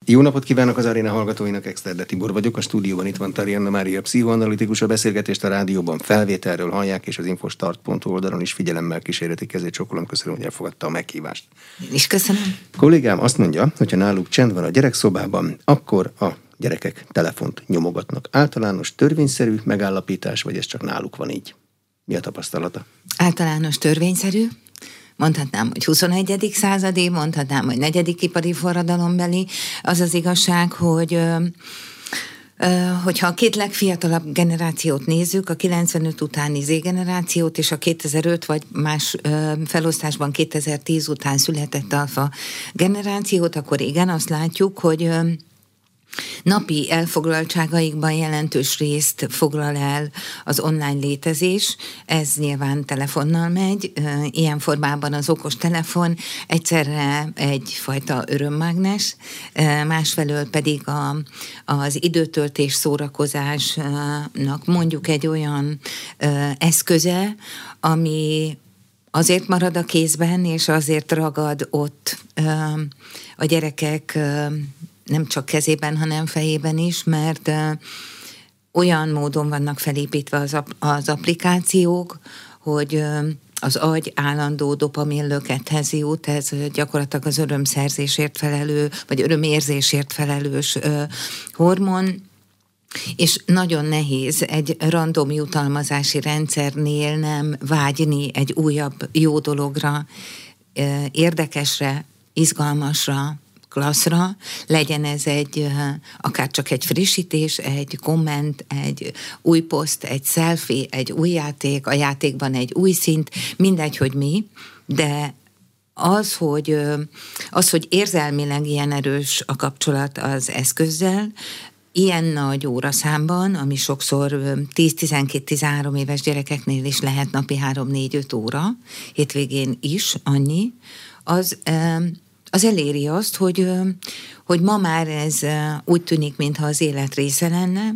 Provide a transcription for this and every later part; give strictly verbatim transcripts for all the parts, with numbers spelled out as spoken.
Jó napot kívánok az Aréna hallgatóinak, Exterde Tibor vagyok, a stúdióban itt van Tarianna Mária, pszichoanalitikus, a beszélgetést a rádióban felvételről hallják, és az infostart pont hu oldalon is figyelemmel kísérletik, kezét csókolom, köszönöm, hogy elfogadta a meghívást. Én is köszönöm. Kollégám azt mondja, hogyha náluk csend van a gyerekszobában, akkor a gyerekek telefont nyomogatnak. Általános törvényszerű megállapítás, vagy ez csak náluk van így? Mi a tapasztalata? Általános törvényszerű. Mondhatnám, hogy huszonegyedik századi, mondhatnám, hogy negyedik ipari forradalombeli. Az az igazság, hogy ö, ö, hogyha a két legfiatalabb generációt nézzük, a kilencvenöt utáni Z-generációt és a kétezer-öt vagy más ö, felosztásban kétezer-tíz után született alfa generációt, akkor igen, azt látjuk, hogy ö, napi elfoglaltságaikban jelentős részt foglal el az online létezés, ez nyilván telefonnal megy, ilyen formában az okostelefon egyszerre egyfajta örömmágnes, másfelől pedig a, az időtöltés szórakozásnak mondjuk egy olyan eszköze, ami azért marad a kézben, és azért ragad ott a gyerekek nem csak kezében, hanem fejében is, mert uh, olyan módon vannak felépítve az, ap- az applikációk, hogy uh, az agy állandó dopaminlökethez jut, ez uh, gyakorlatilag az örömszerzésért felelő, vagy örömérzésért felelős uh, hormon, és nagyon nehéz egy random jutalmazási rendszernél nem vágyni egy újabb jó dologra, uh, érdekesre, izgalmasra, klasszra, legyen ez egy, akár csak egy frissítés, egy komment, egy új poszt, egy selfie, egy új játék, a játékban egy új szint, mindegy, hogy mi, de az, hogy, az, hogy érzelmileg ilyen erős a kapcsolat az eszközzel, ilyen nagy óraszámban, ami sokszor tíz-tizenkét-tizenhárom éves gyerekeknél is lehet napi három-négy-öt óra, hétvégén is annyi, az az eléri azt, hogy, hogy ma már ez úgy tűnik, mintha az élet része lenne.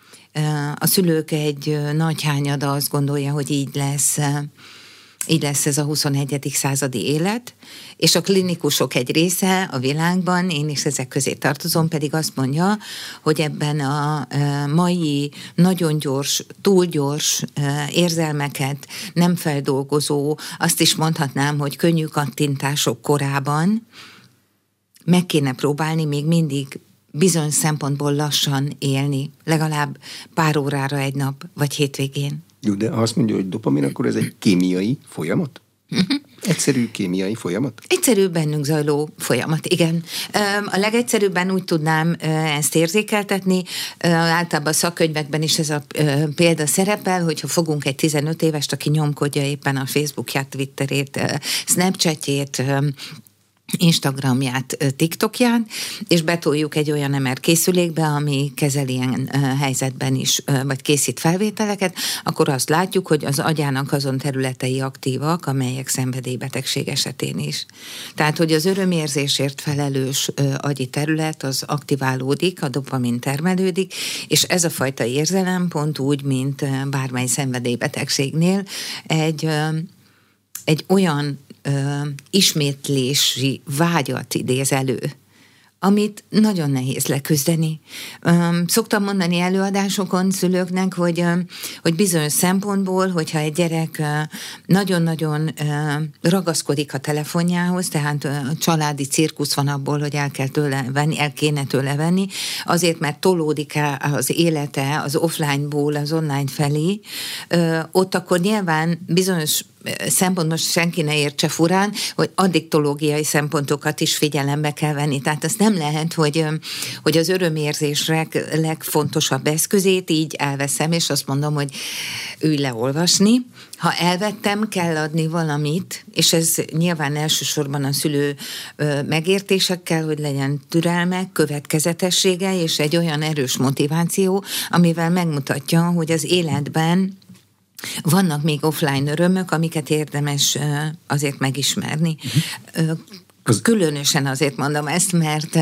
A szülők egy nagy hányada azt gondolja, hogy így lesz, így lesz ez a huszonegyedik századi élet, és a klinikusok egy része a világban, én is ezek közé tartozom, pedig azt mondja, hogy ebben a mai nagyon gyors, túl gyors érzelmeket nem feldolgozó, azt is mondhatnám, hogy könnyű kattintások korában meg kéne próbálni még mindig bizonyos szempontból lassan élni, legalább pár órára egy nap, vagy hétvégén. Jó, de ha azt mondja, hogy dopamin, akkor ez egy kémiai folyamat? Uh-huh. Egyszerű kémiai folyamat? Egyszerű bennünk zajló folyamat, igen. A legegyszerűbben úgy tudnám ezt érzékeltetni, általában a szakkönyvekben is ez a példa szerepel, hogyha fogunk egy tizenöt évest, aki nyomkodja éppen a Facebookját, Twitterét, Snapchatjét, Instagramját, TikTokján, és betoljuk egy olyan em er készülékbe, ami kezel ilyen helyzetben is, vagy készít felvételeket, akkor azt látjuk, hogy az agyának azon területei aktívak, amelyek szenvedélybetegség esetén is. Tehát, hogy az örömérzésért felelős agyi terület, az aktiválódik, a dopamin termelődik, és ez a fajta érzelem pont úgy, mint bármely szenvedélybetegségnél egy, egy olyan Ö, ismétlési vágyat idéz elő, amit nagyon nehéz leküzdeni. Ö, szoktam mondani előadásokon szülőknek, hogy, ö, hogy bizonyos szempontból, hogyha egy gyerek ö, nagyon-nagyon ö, ragaszkodik a telefonjához, tehát ö, a családi cirkusz van abból, hogy el kell tőle venni, el kéne tőle venni, azért, mert tolódik el az élete az offline-ból az online felé, ö, ott akkor nyilván bizonyos szempontból senki ne értse furán, hogy addiktológiai szempontokat is figyelembe kell venni. Tehát azt nem lehet, hogy, hogy az örömérzés legfontosabb eszközét így elveszem, és azt mondom, hogy ülj le olvasni. Ha elvettem, kell adni valamit, és ez nyilván elsősorban a szülő megértésekkel, hogy legyen türelme, következetessége, és egy olyan erős motiváció, amivel megmutatja, hogy az életben vannak még offline örömök, amiket érdemes azért megismerni. Uh-huh. Különösen azért mondom ezt, mert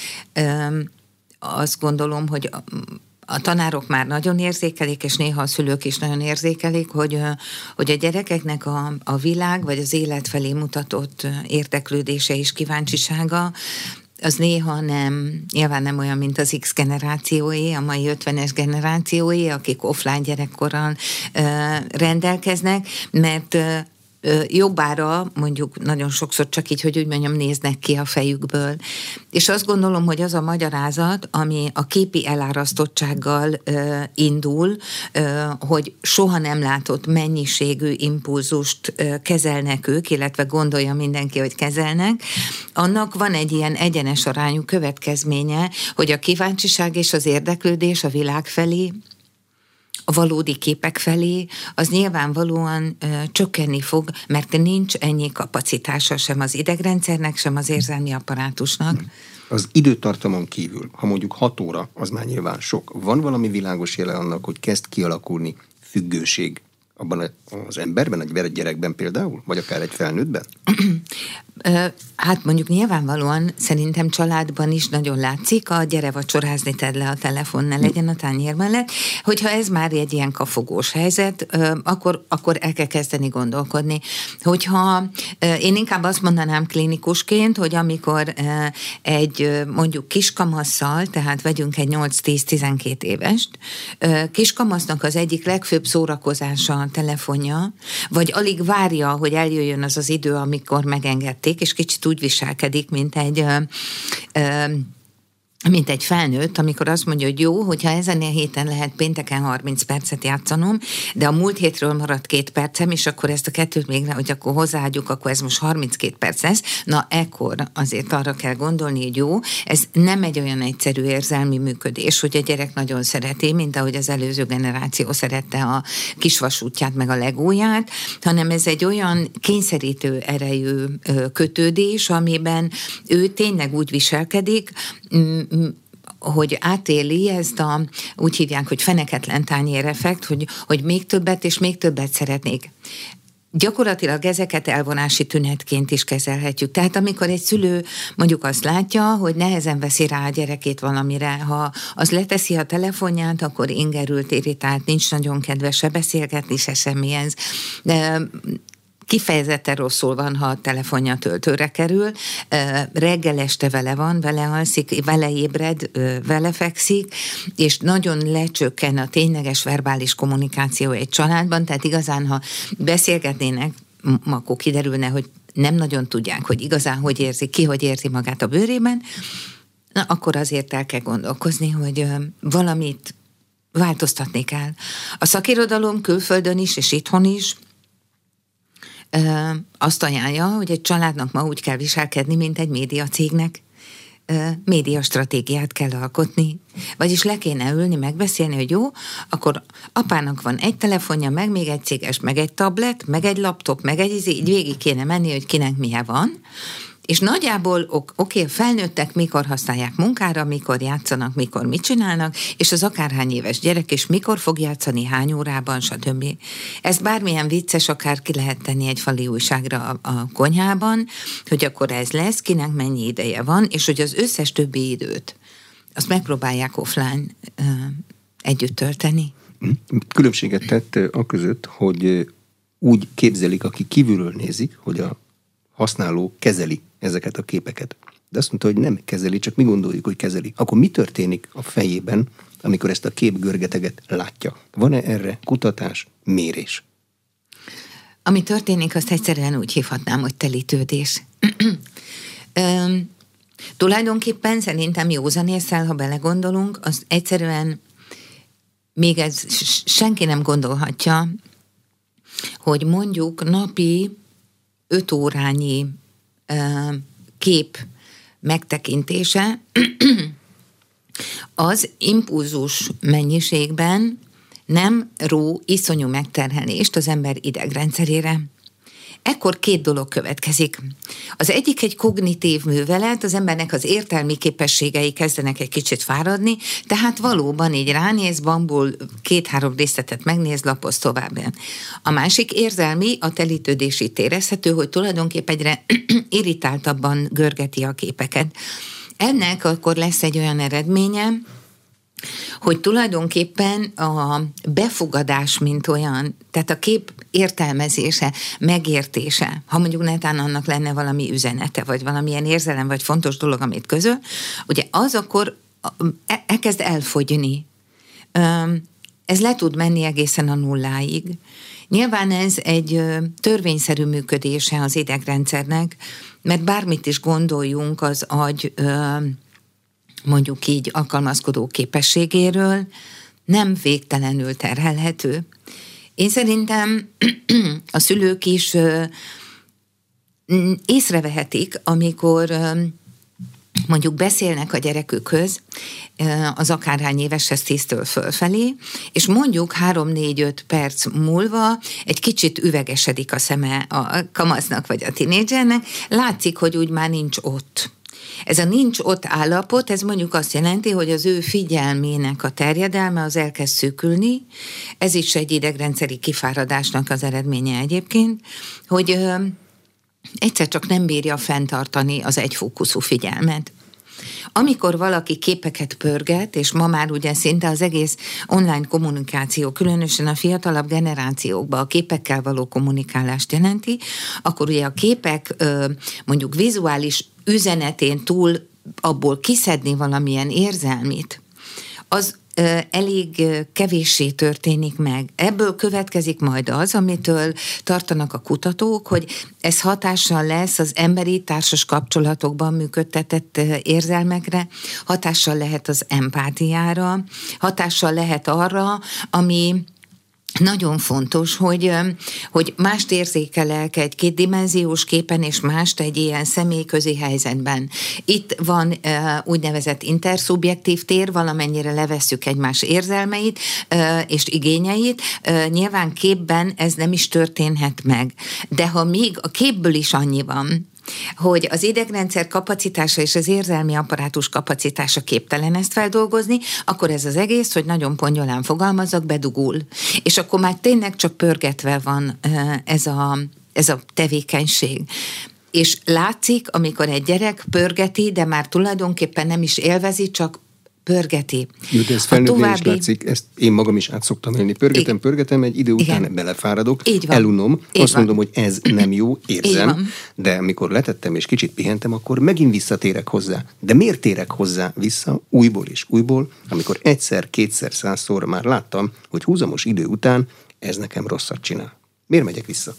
azt gondolom, hogy a tanárok már nagyon érzékelik, és néha a szülők is nagyon érzékelik, hogy, hogy a gyerekeknek a, a világ, vagy az élet felé mutatott érdeklődése és kíváncsisága az néha nem, nyilván nem olyan, mint az X generációé, a mai ötvenes generációé, akik offline gyerekkorral rendelkeznek, mert jobbára mondjuk nagyon sokszor csak így, hogy úgy mondjam, néznek ki a fejükből. És azt gondolom, hogy az a magyarázat, ami a képi elárasztottsággal uh, indul, uh, hogy soha nem látott mennyiségű impulzust uh, kezelnek ők, illetve gondolja mindenki, hogy kezelnek, annak van egy ilyen egyenes arányú következménye, hogy a kíváncsiság és az érdeklődés a világ felé, a valódi képek felé, az nyilvánvalóan ö, csökkenni fog, mert nincs ennyi kapacitása sem az idegrendszernek, sem az érzelmi apparátusnak. Az időtartamon kívül, ha mondjuk hat óra, az már nyilván sok. Van valami világos jele annak, hogy kezd kialakulni függőség abban az emberben, egy gyerekben például, vagy akár egy felnőttben? Hát mondjuk nyilvánvalóan szerintem családban is nagyon látszik, a gyere vacsorázni, tedd le a telefon, ne legyen a tányér mellett, hogyha ez már egy ilyen kafogós helyzet, akkor, akkor el kell kezdeni gondolkodni. Hogyha én inkább azt mondanám klinikusként, hogy amikor egy mondjuk kiskamasszal, tehát vegyünk egy nyolc-tíz-tizenkét évest, kiskamasznak az egyik legfőbb szórakozása a telefonja, vagy alig várja, hogy eljöjjön az az idő, amikor megengedték, és kicsit úgy viselkedik, mint egy ö, ö, mint egy felnőtt, amikor azt mondja, hogy jó, hogyha ezen a héten lehet pénteken harminc percet játszanom, de a múlt hétről maradt két percem, és akkor ezt a kettőt még ne, hogy akkor hozzáadjuk, akkor ez most harminckét perc lesz. Na, ekkor azért arra kell gondolni, hogy jó, ez nem egy olyan egyszerű érzelmi működés, hogy a gyerek nagyon szereti, mint ahogy az előző generáció szerette a kisvasútját, meg a legóját, hanem ez egy olyan kényszerítő erejű kötődés, amiben ő tényleg úgy viselkedik, hogy átéli ezt a, úgy hívják, hogy feneketlen tányér-effekt, hogy, hogy még többet és még többet szeretnék. Gyakorlatilag ezeket elvonási tünetként is kezelhetjük. Tehát amikor egy szülő mondjuk azt látja, hogy nehezen veszi rá a gyerekét valamire, ha az leteszi a telefonját, akkor ingerült, irritált, nincs nagyon kedves se beszélgetni, se semmihez. De kifejezetten rosszul van, ha a telefonja töltőre kerül, reggel este vele van, vele alszik, vele ébred, vele fekszik, és nagyon lecsökken a tényleges verbális kommunikáció egy családban, tehát igazán, ha beszélgetnének, akkor kiderülne, hogy nem nagyon tudják, hogy igazán hogy érzi, ki hogy érzi magát a bőrében, na, akkor azért el kell gondolkozni, hogy valamit változtatni kell. A szakirodalom külföldön is, és itthon is azt ajánlja, hogy egy családnak ma úgy kell viselkedni, mint egy médiacégnek. Médiastratégiát kell alkotni. Vagyis le kéne ülni, megbeszélni, hogy jó, akkor apának van egy telefonja, meg még egy céges, meg egy tablet, meg egy laptop, meg egy izé, így végig kéne menni, hogy kinek milyen van. És nagyjából oké, okay, felnőttek mikor használják munkára, mikor játszanak, mikor mit csinálnak, és az akárhány éves gyerek is mikor fog játszani, hány órában, stb. Ez bármilyen vicces, akár ki lehet tenni egy fali újságra a, a konyhában, hogy akkor ez lesz, kinek mennyi ideje van, és hogy az összes többi időt, azt megpróbálják offline uh, együtt tölteni. Különbséget tett a között, hogy úgy képzelik, aki kívülről nézik, hogy a használó kezeli ezeket a képeket. De azt mondta, hogy nem kezeli, csak mi gondoljuk, hogy kezeli. Akkor mi történik a fejében, amikor ezt a képgörgeteget látja? Van-e erre kutatás, mérés? Ami történik, azt egyszerűen úgy hívhatnám, hogy telítődés. Üm, tulajdonképpen szerintem józanésszel, ha belegondolunk, az egyszerűen még ez senki nem gondolhatja, hogy mondjuk napi öt órányi uh, kép megtekintése az impulzus mennyiségben nem ró iszonyú megterhelést az ember idegrendszerére. Ekkor két dolog következik. Az egyik egy kognitív művelet, az embernek az értelmi képességei kezdenek egy kicsit fáradni, tehát valóban így ránéz, bambul, két-három részletet megnéz, lapoz tovább. A másik érzelmi, a telítődés itt érezhető, hogy tulajdonképpen egyre irritáltabban görgeti a képeket. Ennek akkor lesz egy olyan eredménye, hogy tulajdonképpen a befogadás, mint olyan, tehát a kép értelmezése, megértése, ha mondjuk netán annak lenne valami üzenete, vagy valamilyen érzelem, vagy fontos dolog, amit közöl, ugye az akkor elkezd elfogyni. Ez le tud menni egészen a nulláig. Nyilván ez egy törvényszerű működése az idegrendszernek, mert bármit is gondoljunk az agy mondjuk így alkalmazkodó képességéről, nem végtelenül terhelhető. Én szerintem a szülők is észrevehetik, amikor mondjuk beszélnek a gyerekükhöz, az akárhány éveshez tíztől fölfelé, és mondjuk három-négy-öt perc múlva egy kicsit üvegesedik a szeme a kamasznak vagy a tinédzsernek, látszik, hogy úgy már nincs ott. Ez a nincs ott állapot, ez mondjuk azt jelenti, hogy az ő figyelmének a terjedelme az elkezd szűkülni, ez is egy idegrendszeri kifáradásnak az eredménye egyébként, hogy ö, egyszer csak nem bírja fenntartani az egyfókuszú figyelmet. Amikor valaki képeket pörget, és ma már ugye szinte az egész online kommunikáció, különösen a fiatalabb generációkban a képekkel való kommunikálást jelenti, akkor ugye a képek mondjuk vizuális üzenetén túl abból kiszedni valamilyen érzelmit, az elég kevéssé történik meg. Ebből következik majd az, amitől tartanak a kutatók, hogy ez hatással lesz az emberi társas kapcsolatokban működtetett érzelmekre, hatással lehet az empátiára, hatással lehet arra, ami nagyon fontos, hogy, hogy mást érzékelek egy kétdimenziós képen, és mást egy ilyen személyközi helyzetben. Itt van uh, úgynevezett interszubjektív tér, valamennyire levesszük egymás érzelmeit uh, és igényeit. Uh, nyilván képben ez nem is történhet meg. De ha még a képből is annyi van, hogy az idegrendszer kapacitása és az érzelmi apparátus kapacitása képtelen ezt feldolgozni, akkor ez az egész, hogy nagyon pongyolán fogalmazok, bedugul. És akkor már tényleg csak pörgetve van ez a, ez a tevékenység. És látszik, amikor egy gyerek pörgeti, de már tulajdonképpen nem is élvezi, csak pörgeti. Jó, de ez felnőttnél további... is látszik, ezt én magam is át szoktam élni. Pörgetem, Igen. pörgetem, egy idő után Igen. belefáradok, elunom, Így azt van. mondom, hogy ez nem jó, érzem, de amikor letettem és kicsit pihentem, akkor megint visszatérek hozzá. De miért térek hozzá vissza újból és újból, amikor egyszer, kétszer, százszor már láttam, hogy húzamos idő után ez nekem rosszat csinál. Miért megyek vissza?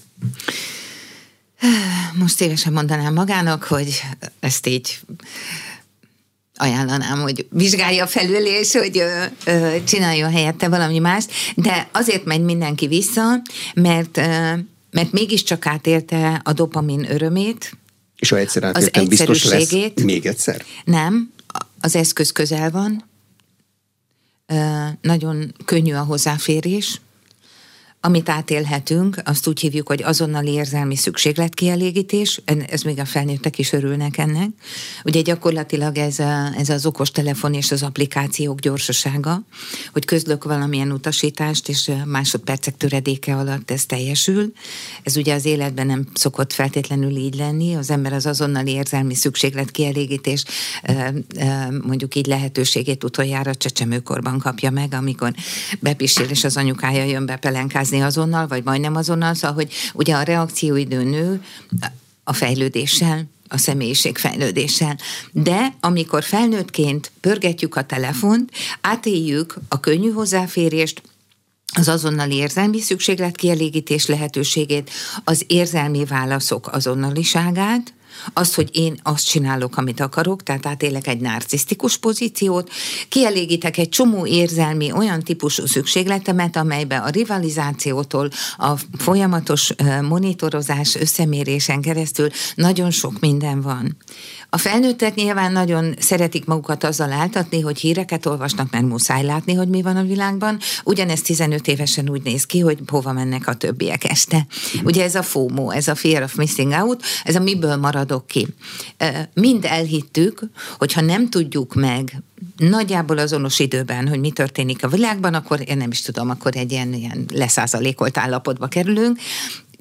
Most szívesen mondanám magának, hogy ezt így ajánlanám, hogy vizsgálja felül, és hogy ö, ö, csináljon helyette valami mást, de azért megy mindenki vissza, mert, ö, mert mégiscsak átélte a dopamin örömét. És ha egyszer átéltem, biztos lesz még egyszer? Nem, az eszköz közel van, ö, nagyon könnyű a hozzáférés. Amit átélhetünk, azt úgy hívjuk, hogy azonnali érzelmi szükségletkielégítés, ez még a felnőttek is örülnek ennek. Ugye gyakorlatilag ez, a, ez az okostelefon és az applikációk gyorsasága, hogy közlök valamilyen utasítást, és másodpercek töredéke alatt ez teljesül. Ez ugye az életben nem szokott feltétlenül így lenni, az ember az azonnali érzelmi szükségletkielégítés mondjuk így lehetőségét utoljára csecsemőkorban kapja meg, amikor bepisil, és az anyukája jön bepelenkázni azonnal, vagy majdnem azonnal, szóval, hogy ugye a reakcióidő nő a fejlődéssel, a személyiség fejlődéssel. De amikor felnőttként pörgetjük a telefont, átéljük a könnyű hozzáférést, az azonnali érzelmi szükségletkielégítés lehetőségét, az érzelmi válaszok azonnaliságát, azt, hogy én azt csinálok, amit akarok, tehát átélek egy narcisztikus pozíciót, kielégítek egy csomó érzelmi olyan típusú szükségletemet, amelyben a rivalizációtól a folyamatos monitorozás, összemérésen keresztül nagyon sok minden van. A felnőttek nyilván nagyon szeretik magukat azzal áltatni, hogy híreket olvasnak, mert muszáj látni, hogy mi van a világban. Ugyanez tizenöt évesen úgy néz ki, hogy hova mennek a többiek este. Ugye ez a FOMO, ez a Fear of Missing Out, ez a miből maradok ki. Mind elhittük, hogyha nem tudjuk meg nagyjából azonos időben, hogy mi történik a világban, akkor én nem is tudom, akkor egy ilyen, ilyen leszázalékolt állapotba kerülünk.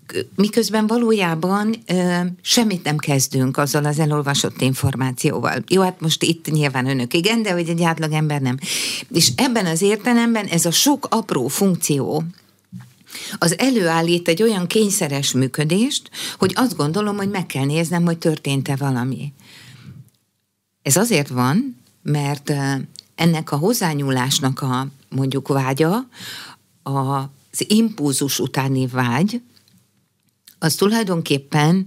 miközben valójában ö, semmit nem kezdünk azzal az elolvasott információval. Jó, hát most itt nyilván önök igen, de hogy egy átlagember nem. És ebben az értelemben ez a sok apró funkció az előállít egy olyan kényszeres működést, hogy azt gondolom, hogy meg kell néznem, hogy történt-e valami. Ez azért van, mert ennek a hozzányúlásnak a mondjuk vágya, az impulzus utáni vágy, az tulajdonképpen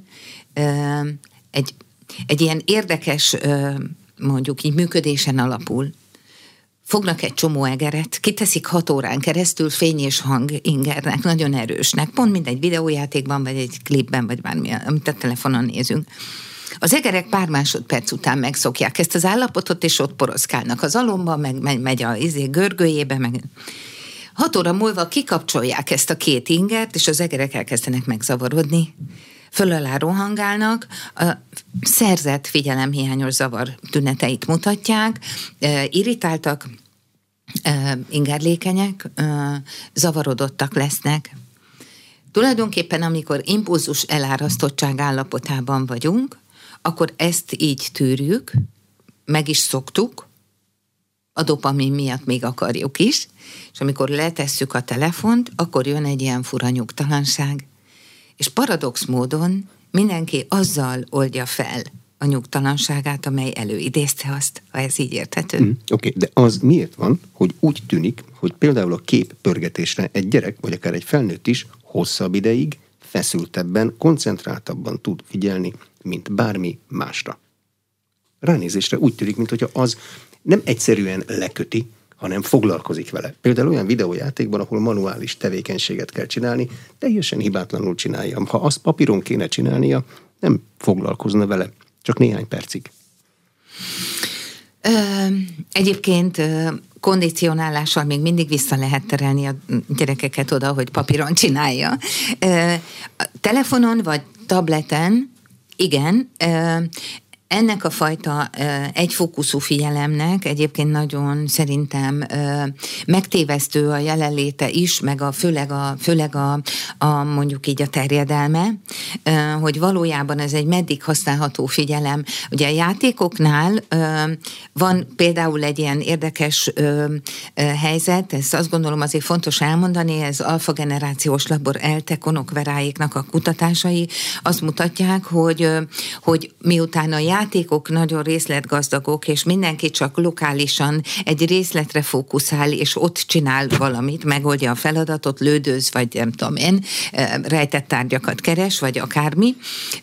egy, egy ilyen érdekes mondjuk így működésen alapul. Fognak egy csomó egeret, kiteszik hat órán keresztül fény és hang ingernek, nagyon erősnek, pont mint egy videójátékban, vagy egy klipben, vagy bármilyen, amit a telefonon nézünk. Az egerek pár másodperc után megszokják ezt az állapotot, és ott poroszkálnak az alomba, meg megy, megy a izé görgőjébe, meg... Hat óra múlva kikapcsolják ezt a két ingert, és az egerek elkezdenek megzavarodni. Föl alá rohangálnak, a szerzett figyelemhiányos zavar tüneteit mutatják, irritáltak, ingerlékenyek, zavarodottak lesznek. Tulajdonképpen, amikor impulzus elárasztottság állapotában vagyunk, akkor ezt így tűrjük, meg is szoktuk, a dopamin miatt még akarjuk is, és amikor letesszük a telefont, akkor jön egy ilyen fura nyugtalanság. És paradox módon mindenki azzal oldja fel a nyugtalanságát, amely előidézte azt, ha ez így érthető. Mm, Oké, okay, de az miért van, hogy úgy tűnik, hogy például a kép pörgetésre egy gyerek, vagy akár egy felnőtt is hosszabb ideig, feszültebben, koncentráltabban tud figyelni, mint bármi másra. Ránézésre úgy tűnik, mintha az nem egyszerűen leköti, hanem foglalkozik vele. Például olyan videójátékban, ahol manuális tevékenységet kell csinálni, teljesen hibátlanul csinálja. Ha azt papíron kéne csinálnia, nem foglalkozna vele. Csak néhány percig. Ö, egyébként ö, kondicionálással még mindig vissza lehet terelni a gyerekeket oda, hogy papíron csinálja. Ö, telefonon vagy tableten, igen, ö, ennek a fajta ö, egyfókuszú figyelemnek egyébként nagyon szerintem ö, megtévesztő a jelenléte is, meg a, főleg, a, főleg a, a mondjuk így a terjedelme, ö, hogy valójában ez egy meddig használható figyelem. Ugye a játékoknál ö, van például egy ilyen érdekes ö, ö, helyzet, ezt azt gondolom azért fontos elmondani, ez alfa generációs labor ELTE konokveráiknak a kutatásai azt mutatják, hogy, ö, hogy miután a játékok nagyon részletgazdagok, és mindenki csak lokálisan egy részletre fókuszál, és ott csinál valamit, megoldja a feladatot, lődöz, vagy nem tudom én, rejtett tárgyakat keres, vagy akármi.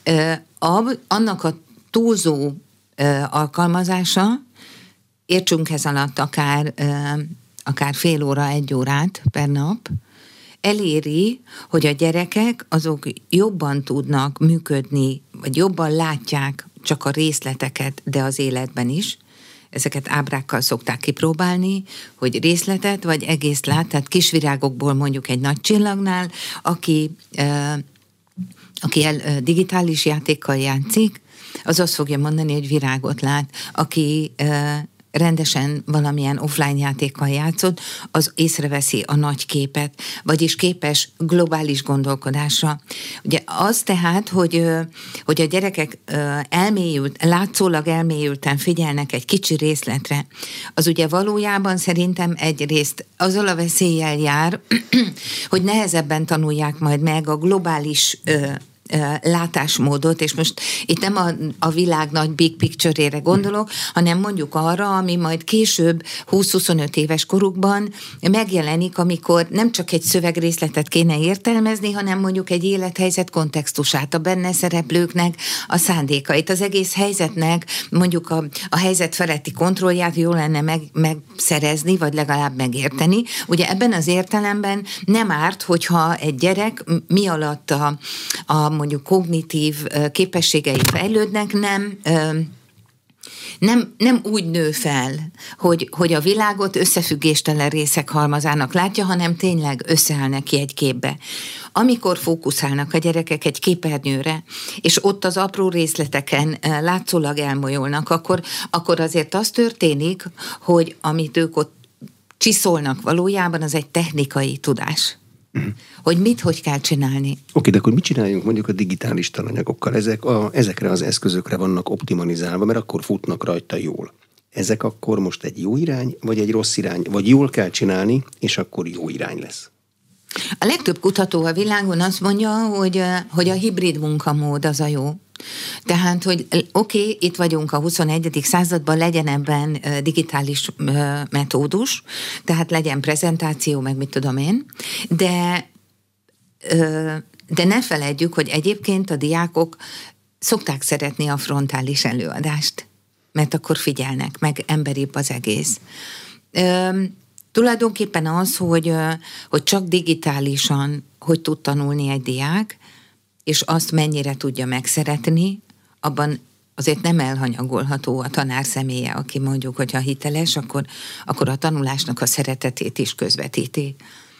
Annak a túlzó alkalmazása, értsünk ez alatt akár, akár fél óra, egy órát per nap, eléri, hogy a gyerekek azok jobban tudnak működni, vagy jobban látják csak a részleteket, de az életben is. Ezeket ábrákkal szokták kipróbálni, hogy részletet vagy egész lát, tehát kisvirágokból mondjuk egy nagy csillagnál, aki, uh, aki el, digitális játékkal játszik, az azt fogja mondani, hogy virágot lát. Aki uh, rendesen valamilyen offline játékkal játszott, az észreveszi a nagy képet, vagyis képes globális gondolkodásra. Ugye az tehát, hogy, hogy a gyerekek elmélyült, látszólag elmélyülten figyelnek egy kicsi részletre, az ugye valójában szerintem egyrészt azzal a veszéllyel jár, hogy nehezebben tanulják majd meg a globális látásmódot, és most itt nem a, a világ nagy big picture-ére gondolok, hanem mondjuk arra, ami majd később húsz-huszonöt éves korukban megjelenik, amikor nem csak egy szövegrészletet kéne értelmezni, hanem mondjuk egy élethelyzet kontextusát, a benne szereplőknek a szándékait, az egész helyzetnek mondjuk a, a helyzet feletti kontrollját jó lenne meg, megszerezni, vagy legalább megérteni. Ugye ebben az értelemben nem árt, hogyha egy gyerek mi alatt a, a mondjuk kognitív képességei fejlődnek, nem, nem, nem úgy nő fel, hogy, hogy a világot összefüggéstelen részek halmazának látja, hanem tényleg összeáll neki egy képbe. Amikor fókuszálnak a gyerekek egy képernyőre, és ott az apró részleteken látszólag elmolyolnak, akkor, akkor azért az történik, hogy amit ők ott csiszolnak valójában, az egy technikai tudás. Uh-huh. Hogy mit, hogy kell csinálni. Oké, de akkor mit csináljunk mondjuk a digitális tananyagokkal? Ezek a, ezekre az eszközökre vannak optimalizálva, mert akkor futnak rajta jól. Ezek akkor most egy jó irány, vagy egy rossz irány? Vagy jól kell csinálni, és akkor jó irány lesz? A legtöbb kutató a világon azt mondja, hogy, hogy a hibrid munkamód az a jó. Tehát, hogy oké, okay, itt vagyunk a huszonegyedik században, legyen ebben digitális metódus, tehát legyen prezentáció, meg mit tudom én, de, de ne feledjük, hogy egyébként a diákok szokták szeretni a frontális előadást, mert akkor figyelnek, meg emberibb az egész. Tulajdonképpen az, hogy, hogy csak digitálisan hogy tud tanulni egy diák, és azt mennyire tudja megszeretni, abban azért nem elhanyagolható a tanár személye, aki mondjuk, hogyha hiteles, akkor, akkor a tanulásnak a szeretetét is közvetíti.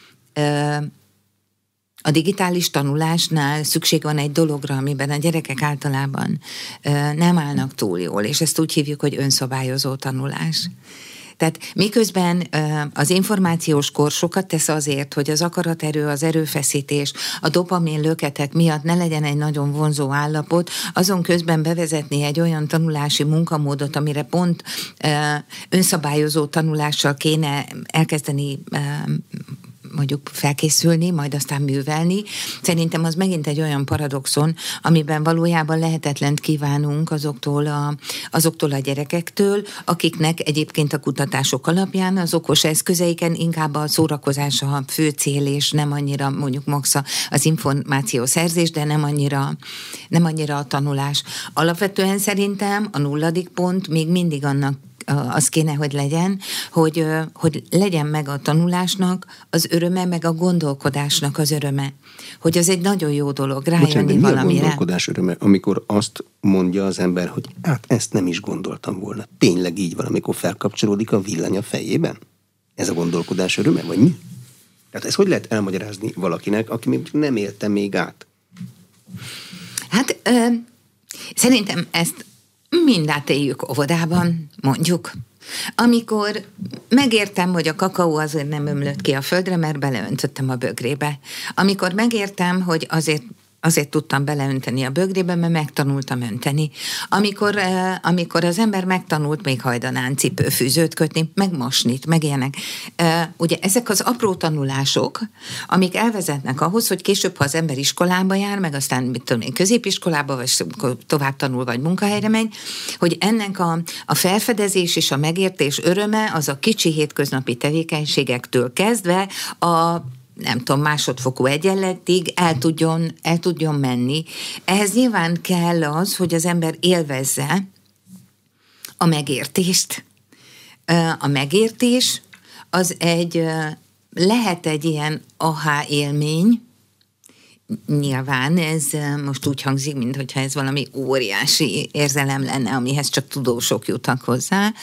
A digitális tanulásnál szükség van egy dologra, amiben a gyerekek általában nem állnak túl jól, és ezt úgy hívjuk, hogy önszabályozó tanulás. Tehát miközben az információs kor sokat tesz azért, hogy az akaraterő, az erőfeszítés, a dopamin löketek miatt ne legyen egy nagyon vonzó állapot, azon közben bevezetni egy olyan tanulási munkamódot, amire pont önszabályozó tanulással kéne elkezdeni mondjuk felkészülni, majd aztán művelni. Szerintem az megint egy olyan paradoxon, amiben valójában lehetetlent kívánunk azoktól a, azoktól a gyerekektől, akiknek egyébként a kutatások alapján az okos eszközeiken inkább a szórakozás a fő cél, és nem annyira mondjuk max az információ szerzés, de nem annyira, nem annyira a tanulás. Alapvetően szerintem a nulladik pont még mindig annak az kéne, hogy legyen, hogy, hogy legyen meg a tanulásnak az öröme, meg a gondolkodásnak az öröme. Hogy az egy nagyon jó dolog, rájönni valamire. Mi a gondolkodás öröme, amikor azt mondja az ember, hogy hát ezt nem is gondoltam volna. Tényleg így van, amikor felkapcsolódik a villany a fejében? Ez a gondolkodás öröme, vagy mi? Tehát ezt hogy lehet elmagyarázni valakinek, aki még nem élte még át? Hát ö, szerintem ezt mind átéljük óvodában, mondjuk. Amikor megértem, hogy a kakaó azért nem ömlött ki a földre, mert beleöntöttem a bögrébe. Amikor megértem, hogy azért Azért tudtam beleönteni a bögrébe, mert megtanultam önteni. Amikor, eh, amikor az ember megtanult még hajdanán cipőfűzőt kötni, meg mosnit, meg ilyenek. Eh, ugye ezek az apró tanulások, amik elvezetnek ahhoz, hogy később, ha az ember iskolába jár, meg aztán mit tudom én, középiskolába, vagy tovább tanul, vagy munkahelyre megy, hogy ennek a, a felfedezés és a megértés öröme az a kicsi hétköznapi tevékenységektől kezdve a nem tudom, másodfokú egyenletig el tudjon, el tudjon menni. Ehhez nyilván kell az, hogy az ember élvezze a megértést. A megértés az egy, lehet egy ilyen aha élmény, nyilván ez most úgy hangzik, mintha ez valami óriási érzelem lenne, amihez csak tudósok jutnak hozzá.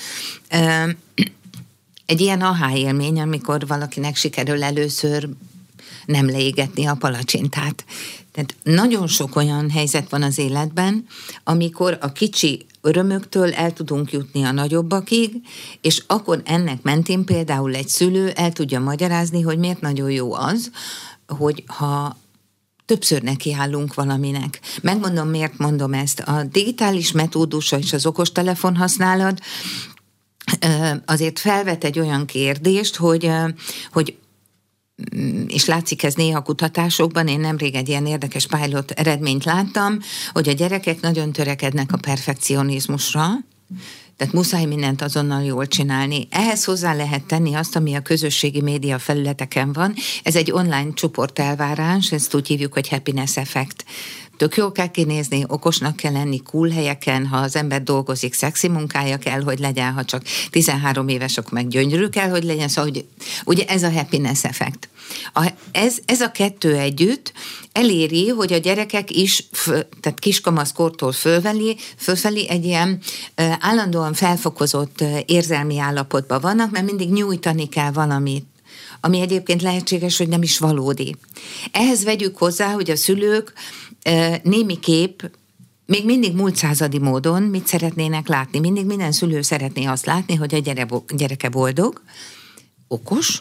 Egy ilyen aha élmény, amikor valakinek sikerül először nem leégetni a palacsintát. Tehát nagyon sok olyan helyzet van az életben, amikor a kicsi örömöktől el tudunk jutni a nagyobbakig, és akkor ennek mentén például egy szülő el tudja magyarázni, hogy miért nagyon jó az, hogy ha többször nekiállunk valaminek. Megmondom, miért mondom ezt. A digitális metódusa és az okostelefon használat azért felvet egy olyan kérdést, hogy, hogy és látszik ez néha kutatásokban, én nemrég egy ilyen érdekes pilot eredményt láttam, hogy a gyerekek nagyon törekednek a perfekcionizmusra, tehát muszáj mindent azonnal jól csinálni. Ehhez hozzá lehet tenni azt, ami a közösségi média felületeken van. Ez egy online csoportelvárás, ezt úgy hívjuk, hogy happiness effect. Tök jól kell kinézni, okosnak kell lenni, cool helyeken, ha az ember dolgozik, szexi munkája kell, hogy legyen, ha csak tizenhárom éves, akkor meg gyönyörű kell, hogy legyen. Szóval, hogy, ugye ez a happiness effect. A, ez, ez a kettő együtt eléri, hogy a gyerekek is, tehát kiskamaszkortól fölfelé, fölfelé egy ilyen uh, állandóan felfokozott uh, érzelmi állapotban vannak, mert mindig nyújtani kell valamit, ami egyébként lehetséges, hogy nem is valódi. Ehhez vegyük hozzá, hogy a szülők uh, némiképp még mindig múlt századi módon mit szeretnének látni. Mindig minden szülő szeretné azt látni, hogy a gyere, gyereke boldog, okos,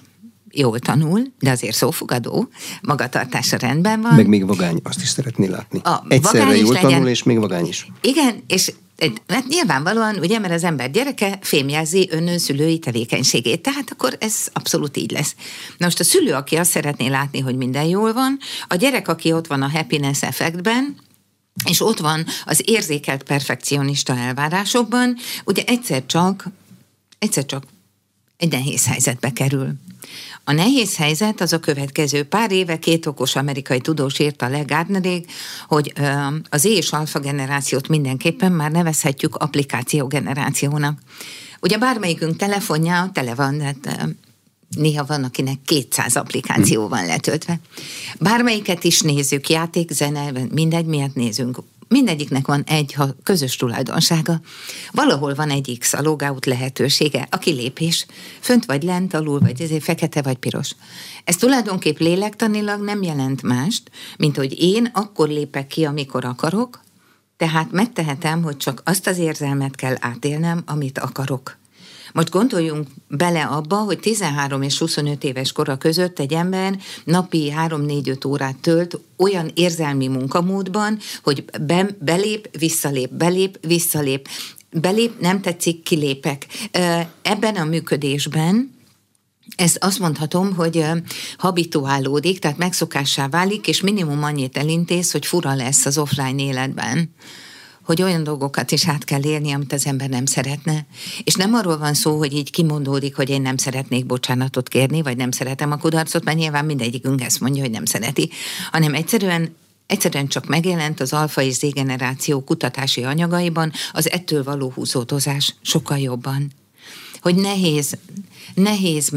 jól tanul, de azért szófogadó, magatartása rendben van. Meg még vagány, azt is szeretné látni. A Egyszerre jól legyen, tanul, és még vagány is. Igen, és hát nyilvánvalóan, ugye, mert az ember gyereke fémjelzi önszülői tevékenységét, tehát akkor ez abszolút így lesz. Na most a szülő, aki azt szeretné látni, hogy minden jól van, a gyerek, aki ott van a happiness effektben, és ott van az érzékelt perfekcionista elvárásokban, ugye egyszer csak, egyszer csak egy nehéz helyzetbe kerül. A nehéz helyzet az a következő. Pár éve két okos amerikai tudós írta le Gardnerig, hogy az Z és alfa generációt mindenképpen már nevezhetjük applikációgenerációnak. Ugye bármelyikünk telefonja tele van, hát néha van, akinek kétszáz applikáció van letöltve. Bármelyiket is nézzük, játék, zene, mindegy, miért nézünk. Mindegyiknek van egy közös tulajdonsága. Valahol van egy X, a logout lehetősége, a kilépés. Fönt vagy lent, alul vagy ezért fekete vagy piros. Ez tulajdonképp lélektanilag nem jelent mást, mint hogy én akkor lépek ki, amikor akarok, tehát megtehetem, hogy csak azt az érzelmet kell átélnem, amit akarok. Most gondoljunk bele abba, hogy tizenhárom és huszonöt éves kora között egy ember napi három-négy-öt órát tölt olyan érzelmi munkamódban, hogy be, belép, visszalép, belép, visszalép, belép, nem tetszik, kilépek. Ebben a működésben ezt azt mondhatom, hogy habituálódik, tehát megszokássá válik, és minimum annyit elintéz, hogy fura lesz az offline életben, hogy olyan dolgokat is át kell élni, amit az ember nem szeretne. És nem arról van szó, hogy így kimondódik, hogy én nem szeretnék bocsánatot kérni, vagy nem szeretem a kudarcot, mert nyilván mindegyikünk ezt mondja, hogy nem szereti, hanem egyszerűen Egyszerűen csak megjelent az alfa és Z generáció kutatási anyagaiban az ettől való húzódozás sokkal jobban. Hogy nehéz, nehéz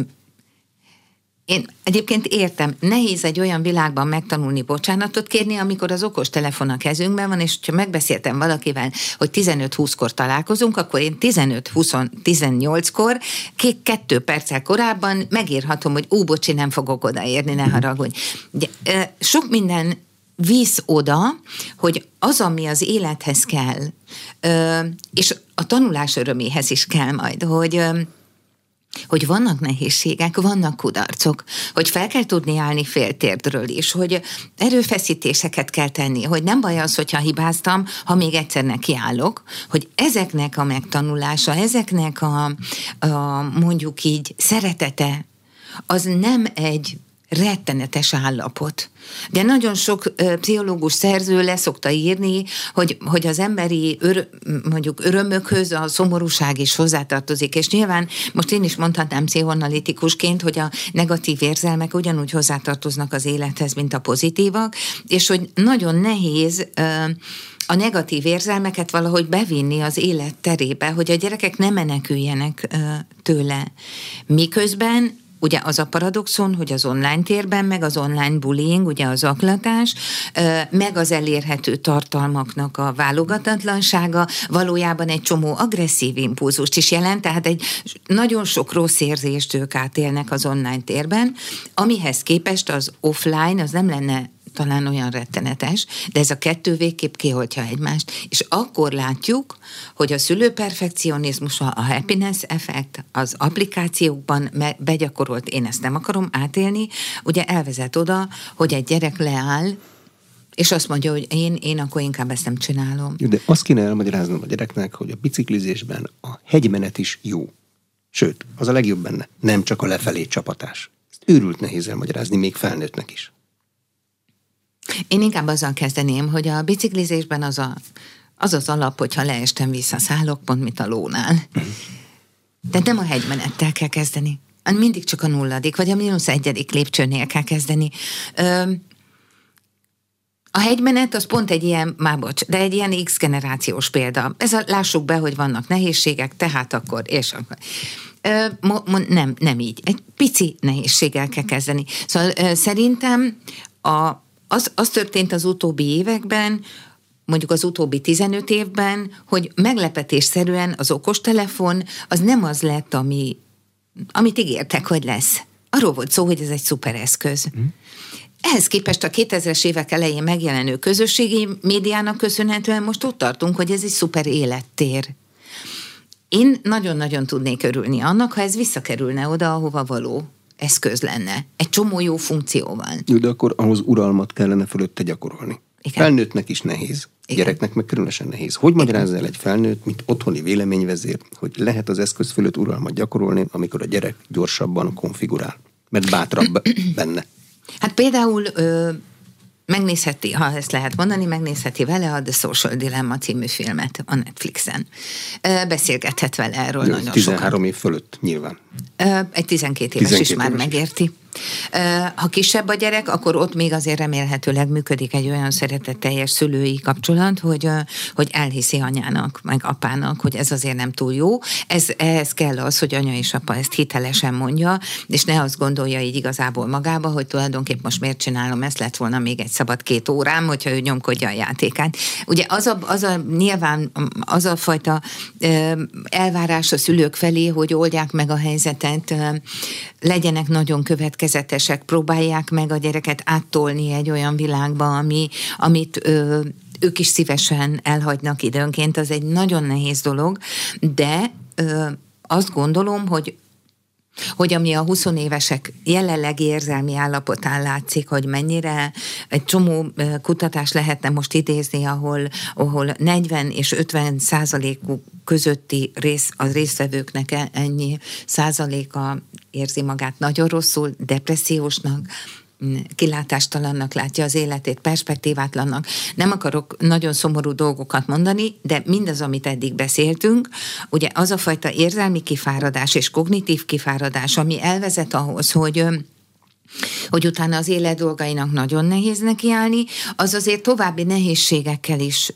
Én egyébként értem, nehéz egy olyan világban megtanulni bocsánatot kérni, amikor az okostelefon a kezünkben van, és ha megbeszéltem valakivel, hogy tizenöt-húszkor találkozunk, akkor én tizenöt-húsz-tizennyolckor, két, kettő perccel korábban megírhatom, hogy ú, bocsi, nem fogok odaérni, ne haragudj. De, sok minden visz oda, hogy az, ami az élethez kell, és a tanulás öröméhez is kell majd, hogy hogy vannak nehézségek, vannak kudarcok, hogy fel kell tudni állni féltérdről is, hogy erőfeszítéseket kell tenni, hogy nem baj az, hogyha hibáztam, ha még egyszer nekiállok, hogy ezeknek a megtanulása, ezeknek a, a mondjuk így szeretete, az nem egy rettenetes állapot. De nagyon sok uh, pszichológus szerző le szokta írni, hogy, hogy az emberi ör, mondjuk örömökhöz a szomorúság is hozzátartozik, és nyilván most én is mondhatnám pszichoanalitikusként, hogy a negatív érzelmek ugyanúgy hozzátartoznak az élethez, mint a pozitívak, és hogy nagyon nehéz uh, a negatív érzelmeket valahogy bevinni az élet terébe, hogy a gyerekek ne meneküljenek uh, tőle. Miközben ugye az a paradoxon, hogy az online térben, meg az online bullying, ugye az zaklatás, meg az elérhető tartalmaknak a válogatatlansága valójában egy csomó agresszív impulzust is jelent, tehát egy nagyon sok rossz érzést ők átélnek az online térben, amihez képest az offline az nem lenne talán olyan rettenetes, de ez a kettő végképp kioltja egymást, és akkor látjuk, hogy a szülő perfekcionizmusa, a happiness effekt az applikációkban begyakorolt, én ezt nem akarom átélni, ugye elvezet oda, hogy egy gyerek leáll, és azt mondja, hogy én, én akkor inkább ezt nem csinálom. De azt kéne elmagyaráznom a gyereknek, hogy a biciklizésben a hegymenet is jó. Sőt, az a legjobb benne, nem csak a lefelé csapatás. Ezt őrült nehéz elmagyarázni, még felnőttnek is. Én inkább azzal kezdeném, hogy a biciklizésben az a, az, az alap, hogyha leestem, visszaszállok, pont mint a lónál. De nem a hegymenettel kell kezdeni. Mindig csak a nulladik, vagy a mínusz egyedik lépcsőnél kell kezdeni. Ö, a hegymenet az pont egy ilyen, már bocs, de egy ilyen X generációs példa. Ez a, lássuk be, hogy vannak nehézségek, tehát akkor, és akkor. Ö, mo, mo, nem, nem így. Egy pici nehézséggel kell kezdeni. Szóval ö, szerintem a Az, az történt az utóbbi években, mondjuk az utóbbi tizenöt évben, hogy meglepetésszerűen az okostelefon az nem az lett, ami, amit ígértek, hogy lesz. Arról volt szó, hogy ez egy szuper eszköz. Mm. Ehhez képest a kétezres évek elején megjelenő közösségi médiának köszönhetően most ott tartunk, hogy ez egy szuper élettér. Én nagyon-nagyon tudnék örülni annak, ha ez visszakerülne oda, ahova való. eszköz lenne. Egy csomó jó funkció van. Jó, de akkor ahhoz uralmat kellene fölötte gyakorolni. Igen. Felnőttnek is nehéz, igen. Gyereknek meg különösen nehéz. Hogy magyarázza el egy felnőtt, mint otthoni véleményvezér, hogy lehet az eszköz fölött uralmat gyakorolni, amikor a gyerek gyorsabban konfigurál, mert bátrabb benne? Hát például ö, megnézheti, ha ezt lehet mondani, megnézheti vele a The Social Dilemma című filmet a Netflixen. Ö, beszélgethet vele erről Jó, nagyon tizenhárom sokat. év fölött nyilván. Ö, egy tizenkét éves tizenkét is már éves. megérti. Ha kisebb a gyerek, akkor ott még azért remélhetőleg működik egy olyan szeretetteljes szülői kapcsolat, hogy, hogy elhiszi anyának, meg apának, hogy ez azért nem túl jó. Ez, ehhez kell az, hogy anya és apa ezt hitelesen mondja, és ne azt gondolja így igazából magába, hogy tulajdonképp most miért csinálom ezt, lett volna még egy szabad két órám, hogyha ő nyomkodja a játékát. Ugye az a, az a nyilván az a fajta elvárás a szülők felé, hogy oldják meg a helyzetet, legyenek nagyon következetesek, próbálják meg a gyereket áttolni egy olyan világba, ami, amit ö, ők is szívesen elhagynak időnként, az egy nagyon nehéz dolog, de ö, azt gondolom, hogy hogy ami a huszonévesek jelenlegi érzelmi állapotán látszik, hogy mennyire egy csomó kutatás lehetne most idézni, ahol, ahol negyven és ötven százalékuk közötti rész, az résztvevőknek ennyi százaléka érzi magát nagyon rosszul, depressziósnak, kilátástalannak látja az életét, perspektívátlannak. Nem akarok nagyon szomorú dolgokat mondani, de mindaz, amit eddig beszéltünk, ugye az a fajta érzelmi kifáradás és kognitív kifáradás, ami elvezet ahhoz, hogy hogy utána az élet dolgainak nagyon nehéz nekiállni, az azért további nehézségekkel is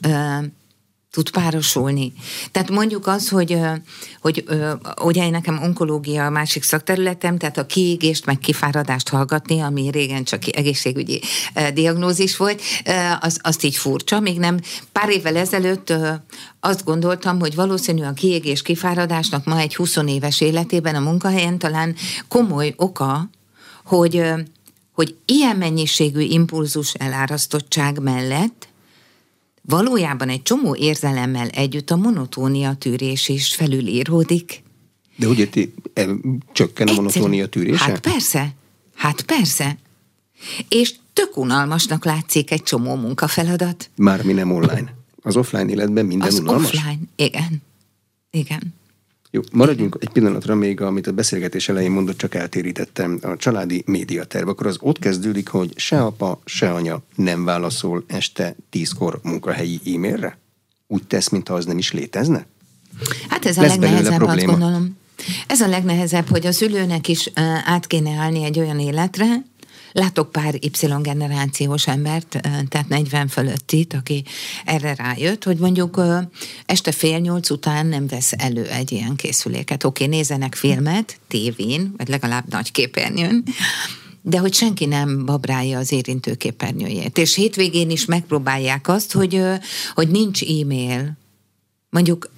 tud párosulni. Tehát mondjuk az, hogy, hogy ugye én nekem onkológia a másik szakterületem, tehát a kiégést meg kifáradást hallgatni, ami régen csak egészségügyi diagnózis volt, az, azt így furcsa. Még nem pár évvel ezelőtt azt gondoltam, hogy valószínű a kiégés kifáradásnak ma egy huszonéves életében a munkahelyen talán komoly oka, hogy, hogy ilyen mennyiségű impulzus elárasztottság mellett valójában egy csomó érzelemmel együtt a monotónia tűrés is felülíródik. De hogy érti, csökken a monotónia tűrése? Hát persze, hát persze. És tök unalmasnak látszik egy csomó munkafeladat. Mármi nem online. Az offline életben minden az unalmas? Az offline, igen. Igen. Jó, maradjunk egy pillanatra még, amit a beszélgetés elején mondott, csak eltérítettem, a családi médiaterv. Akkor az ott kezdődik, hogy se apa, se anya nem válaszol este tízkor munkahelyi e-mailre? Úgy tesz, mintha az nem is létezne? Hát ez a Lesz legnehezebb, azt probléma. gondolom. Ez a legnehezebb, hogy a szülőnek is át kéne állni egy olyan életre. Látok pár Y-generációs embert, tehát negyven fölöttit, aki erre rájött, hogy mondjuk este fél nyolc után nem vesz elő egy ilyen készüléket. Oké, nézzenek filmet, tévén, vagy legalább nagy képernyőn, de hogy senki nem babrálja az érintő képernyőjét. És hétvégén is megpróbálják azt, hogy, hogy nincs e-mail. Mondjuk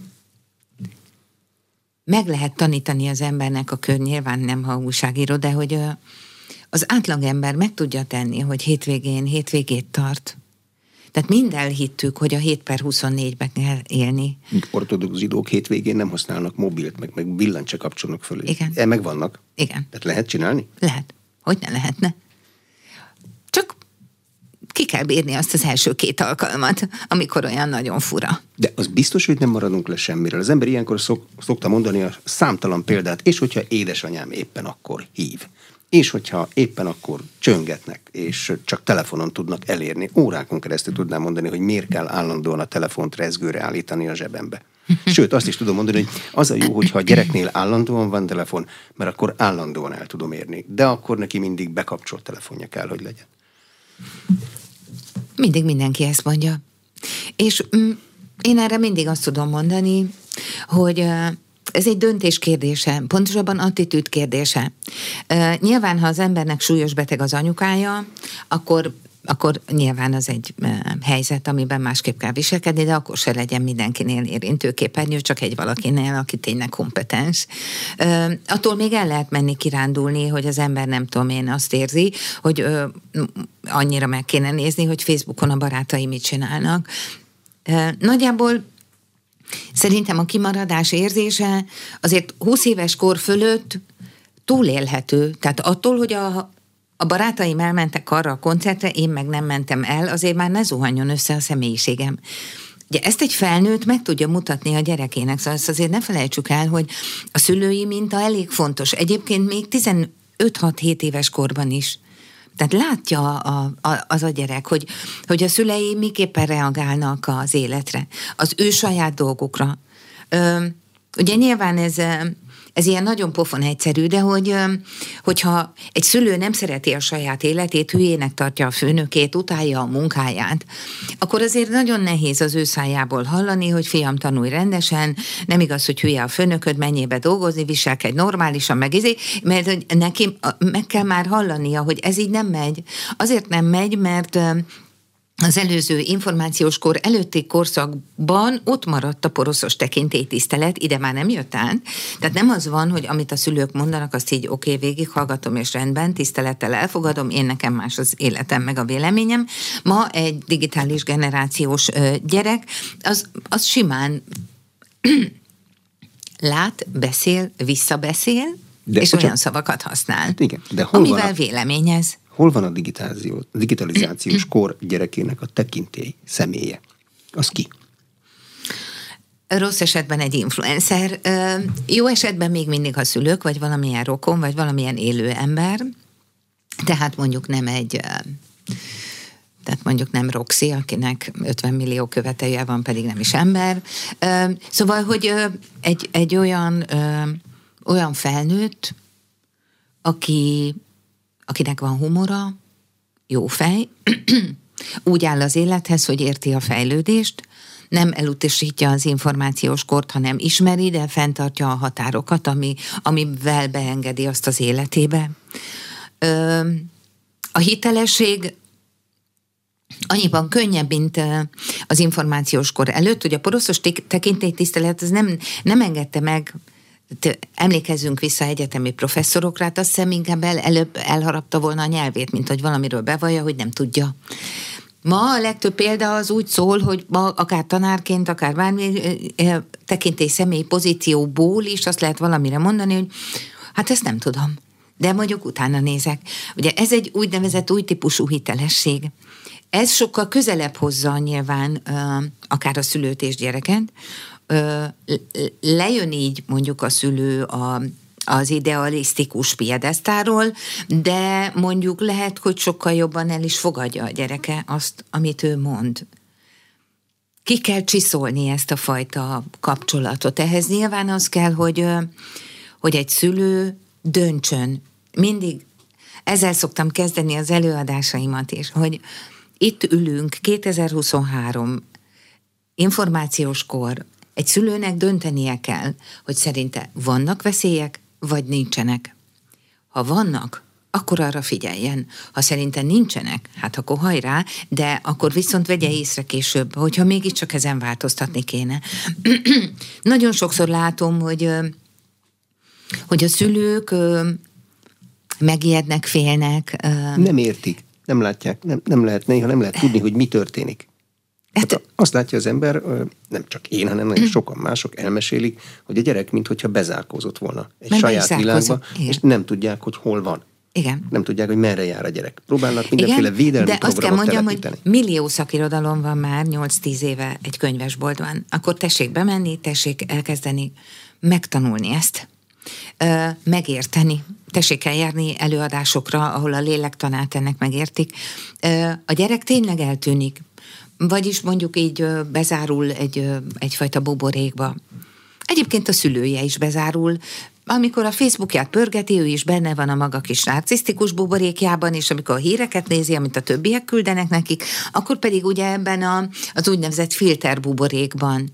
meg lehet tanítani az embernek a kör, nyilván nem, ha újságíró, de hogy az átlagember meg tudja tenni, hogy hétvégén hétvégét tart. Tehát mind elhittük, hogy a hét per huszonnégyben kell élni. Ortodox zsidók hétvégén nem használnak mobilt, meg, meg villant se kapcsolnak fölé. Igen. E meg vannak. Igen. Tehát lehet csinálni? Lehet. Hogy ne lehetne? Csak ki kell bírni azt az első két alkalmat, amikor olyan nagyon fura. De az biztos, hogy nem maradunk le semmiről. Az ember ilyenkor szok, szokta mondani a számtalan példát, és hogyha édesanyám éppen akkor hív, és hogyha éppen akkor csöngetnek, és csak telefonon tudnak elérni, órákon keresztül tudnám mondani, hogy miért kell állandóan a telefont rezgőre állítani a zsebembe. Sőt, azt is tudom mondani, hogy az a jó, hogyha a gyereknél állandóan van telefon, mert akkor állandóan el tudom érni. De akkor neki mindig bekapcsolt telefonja kell, hogy legyen. Mindig mindenki ezt mondja. És mm, én erre mindig azt tudom mondani, hogy ez egy döntés kérdése, pontosabban attitűd kérdése. Uh, nyilván, ha az embernek súlyos beteg az anyukája, akkor, akkor nyilván az egy uh, helyzet, amiben másképp kell viselkedni, de akkor se legyen mindenkinél érintő képernyő, csak egy valakinél, aki tényleg kompetens. Uh, attól még el lehet menni kirándulni, hogy az ember nem tudom én azt érzi, hogy uh, annyira meg kéne nézni, hogy Facebookon a barátai mit csinálnak. Uh, nagyjából szerintem a kimaradás érzése azért húsz éves kor fölött túlélhető. Tehát attól, hogy a, a barátaim elmentek arra a koncertre, én meg nem mentem el, azért már ne zuhanjon össze a személyiségem. Ugye ezt egy felnőtt meg tudja mutatni a gyerekének, szóval ezt azért ne felejtsük el, hogy a szülői minta elég fontos. Egyébként még tizenöt-hat-hét éves korban is. Tehát látja a, a, az a gyerek, hogy, hogy a szülei miképpen reagálnak az életre, az ő saját dolgokra. Ö, ugye nyilván ez... Ez ilyen nagyon pofon egyszerű, de hogy, hogyha egy szülő nem szereti a saját életét, hülyének tartja a főnökét, utálja a munkáját, akkor azért nagyon nehéz az ő szájából hallani, hogy fiam, tanulj rendesen, nem igaz, hogy hülye a főnököd, menjél be dolgozni, viselkedj normálisan, meg izé, mert neki meg kell már hallania, hogy ez így nem megy. Azért nem megy, mert az előző információs kor előtti korszakban ott maradt a poroszos tekintélytisztelet, ide már nem jött át. Tehát nem az van, hogy amit a szülők mondanak, azt így oké, okay, végighallgatom és rendben, tisztelettel elfogadom, én nekem más az életem meg a véleményem. Ma egy digitális generációs gyerek, az, az simán lát, beszél, visszabeszél, de és olyan csak... szavakat használ, igen, de hol amivel van a... véleményez. Hol van a digitalizációs kor gyerekének a tekintély személye? Az ki? Rossz esetben egy influencer, jó esetben még mindig a szülők, vagy valamilyen rokon, vagy valamilyen élő ember, tehát mondjuk nem egy, tehát mondjuk nem Roxy, akinek ötven millió követője van, pedig nem is ember. Szóval, hogy egy, egy olyan, olyan felnőtt, aki akinek van humora, jó fej, úgy áll az élethez, hogy érti a fejlődést, nem elutasítja az információs kort, hanem ismeri, de fenntartja a határokat, ami, amivel beengedi azt az életébe. Ö, a hitelesség annyiban könnyebb, mint az információs kor előtt, hogy a poroszos tekintélytisztelet az nem, nem engedte meg. Emlékezzünk vissza egyetemi professzorokra, hát azt hiszem inkább el, előbb elharapta volna a nyelvét, mint hogy valamiről bevallja, hogy nem tudja. Ma a legtöbb példa az úgy szól, hogy ma akár tanárként, akár bármi tekintély személyi pozícióból is azt lehet valamire mondani, hogy hát ezt nem tudom, de mondjuk utána nézek. Ugye ez egy úgynevezett új típusú hitelesség. Ez sokkal közelebb hozza nyilván akár a szülőt és gyereket, lejön így mondjuk a szülő a, az idealisztikus piedesztáról, de mondjuk lehet, hogy sokkal jobban el is fogadja a gyereke azt, amit ő mond. Ki kell csiszolni ezt a fajta kapcsolatot. Ehhez nyilván az kell, hogy, hogy egy szülő döntsön. Mindig ezzel szoktam kezdeni az előadásaimat is, hogy itt ülünk kétezer-huszonhárom információs kor, egy szülőnek döntenie kell, hogy szerinte vannak veszélyek, vagy nincsenek. Ha vannak, akkor arra figyeljen. Ha szerinte nincsenek, hát akkor hajrá, de akkor viszont vegye észre később, hogyha mégiscsak ezen változtatni kéne. Nagyon sokszor látom, hogy, hogy a szülők megijednek, félnek. Nem értik, nem látják, nem, nem lehet néha, nem lehet tudni, hogy mi történik. Hát azt látja az ember, nem csak én, hanem nagyon sokan mások elmesélik, hogy a gyerek minthogyha bezárkózott volna egy Mert saját világba, igen. És nem tudják, hogy hol van. Igen. Nem tudják, hogy merre jár a gyerek. Próbálnak mindenféle igen, védelmi de programot azt kell mondjam, telepíteni. Hogy millió szakirodalom van már nyolc-tíz éve egy könyvesboltban. Akkor tessék bemenni, tessék elkezdeni megtanulni ezt. Megérteni. Tessék eljárni előadásokra, ahol a lélektanát ennek megértik. A gyerek tényleg eltűnik. Vagyis mondjuk így bezárul egy, egyfajta buborékba. Egyébként a szülője is bezárul. Amikor a Facebookját pörgeti, ő is benne van a maga kis narcisztikus buborékjában, és amikor a híreket nézi, amit a többiek küldenek nekik, akkor pedig ugye ebben a, az úgynevezett filter buborékban.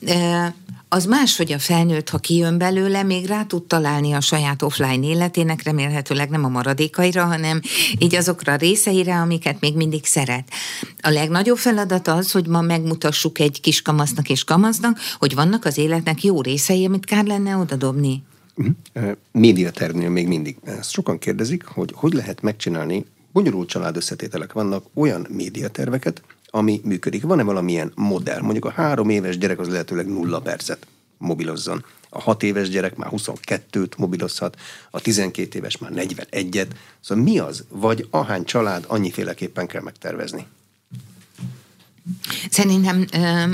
Az más, hogy a felnőtt, ha kijön belőle, még rá tud találni a saját offline életének, remélhetőleg nem a maradékaira, hanem így azokra a részeire, amiket még mindig szeret. A legnagyobb feladat az, hogy ma megmutassuk egy kis kamasznak és kamasznak, hogy vannak az életnek jó részei, amit kár lenne odadobni. Uh-huh. Médiatervnél még mindig. Ezt sokan kérdezik, hogy hogy lehet megcsinálni, bonyolult családösszetételek vannak, olyan médiaterveket, ami működik. Van-e valamilyen modell? Mondjuk a három éves gyerek az lehetőleg nulla percet mobilozzon. A hat éves gyerek már huszonkettőt mobilozhat, a tizenkét éves már negyvenegyet. Szóval mi az? Vagy ahány család, annyiféleképpen kell megtervezni? Szerintem... Um...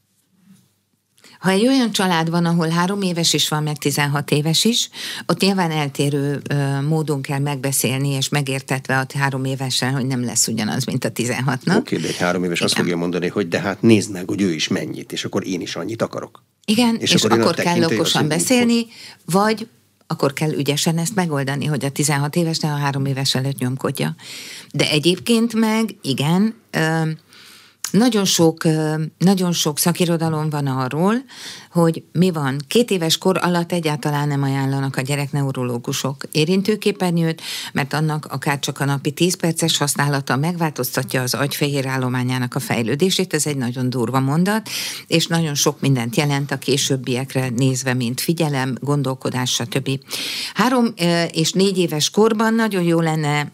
Ha egy olyan család van, ahol három éves is van, meg tizenhat éves is, ott nyilván eltérő ö, módon kell megbeszélni, és megértetve a három évesen, hogy nem lesz ugyanaz, mint a tizenhatnak. Oké, de egy három éves Igen. azt fogja mondani, hogy de hát nézd meg, hogy ő is mennyit, és akkor én is annyit akarok. Igen, és, és akkor, akkor kell okosan azt, beszélni, hogy... vagy akkor kell ügyesen ezt megoldani, hogy a tizenhat éves ne a három éves előtt nyomkodja. De egyébként meg, igen... Ö, Nagyon sok, nagyon sok szakirodalom van arról, hogy mi van. Két éves kor alatt egyáltalán nem ajánlanak a gyerekneurológusok érintőképernyőt, mert annak akár csak a napi tíz perces használata megváltoztatja az agyfehér állományának a fejlődését. Ez egy nagyon durva mondat, és nagyon sok mindent jelent a későbbiekre nézve, mint figyelem, gondolkodás, stb. Három és négy éves korban nagyon jó lenne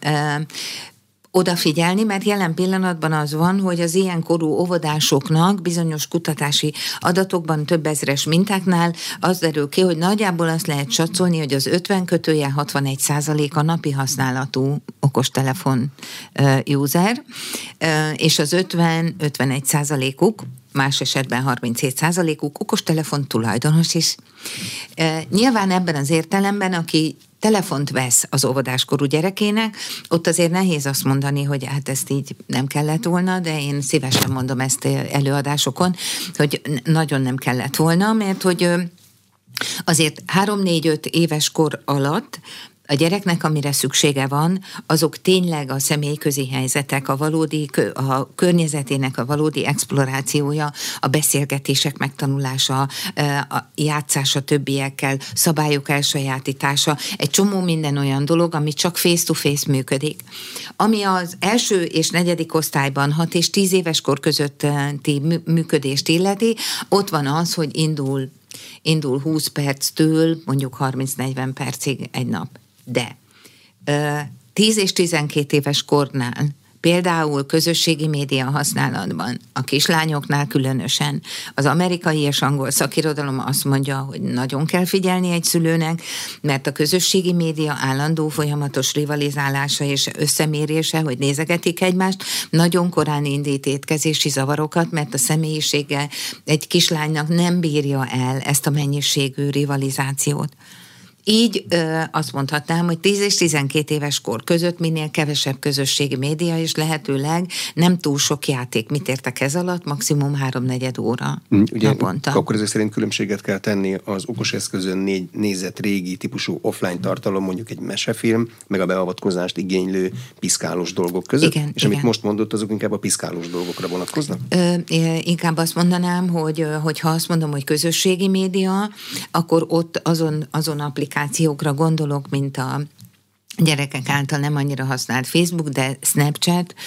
odafigyelni, mert jelen pillanatban az van, hogy az ilyen korú óvodásoknak bizonyos kutatási adatokban, több ezres mintáknál az derül ki, hogy nagyjából azt lehet satszolni, hogy az ötven kötője hatvanegy százalék a napi használatú okostelefon uh, user, uh, és az ötven-ötvenegy százalékuk, más esetben harminchét százalékuk okostelefon tulajdonos is. Uh, nyilván ebben az értelemben, aki telefont vesz az óvodáskorú gyerekének, ott azért nehéz azt mondani, hogy hát ezt így nem kellett volna, de én szívesen mondom ezt előadásokon, hogy nagyon nem kellett volna, mert hogy azért három-négy-öt éves kor alatt a gyereknek, amire szüksége van, azok tényleg a személyközi helyzetek, a valódi, a környezetének a valódi explorációja, a beszélgetések megtanulása, a játszása többiekkel, szabályok elsajátítása, egy csomó minden olyan dolog, ami csak face-to-face működik. Ami az első és negyedik osztályban hat és tíz éves kor közötti működést illeti, ott van az, hogy indul, indul húsz perctől mondjuk harminc-negyven percig egy nap. De tíz és tizenkét éves kornál, például közösségi média használatban, a kislányoknál különösen, az amerikai és angol szakirodalom azt mondja, hogy nagyon kell figyelni egy szülőnek, mert a közösségi média állandó folyamatos rivalizálása és összemérése, hogy nézegetik egymást, nagyon korán indít étkezési zavarokat, mert a személyisége egy kislánynak nem bírja el ezt a mennyiségű rivalizációt. Így ö, azt mondhatnám, hogy tíz és tizenkét éves kor között minél kevesebb közösségi média, és lehetőleg nem túl sok játék. Mit értek ez alatt? Maximum háromnegyed óra Ugye, naponta. Akkor ezek szerint különbséget kell tenni az okoseszközön négy, nézett régi típusú offline tartalom, mondjuk egy mesefilm, meg a beavatkozást igénylő piszkálós dolgok között. Igen, és igen. amit most mondott, azok inkább a piszkálós dolgokra vonatkoznak? Ö, inkább azt mondanám, hogy hogyha azt mondom, hogy közösségi média, akkor ott azon, azon applikációkra gondolok, mint a gyerekek által nem annyira használt Facebook, de Snapchat,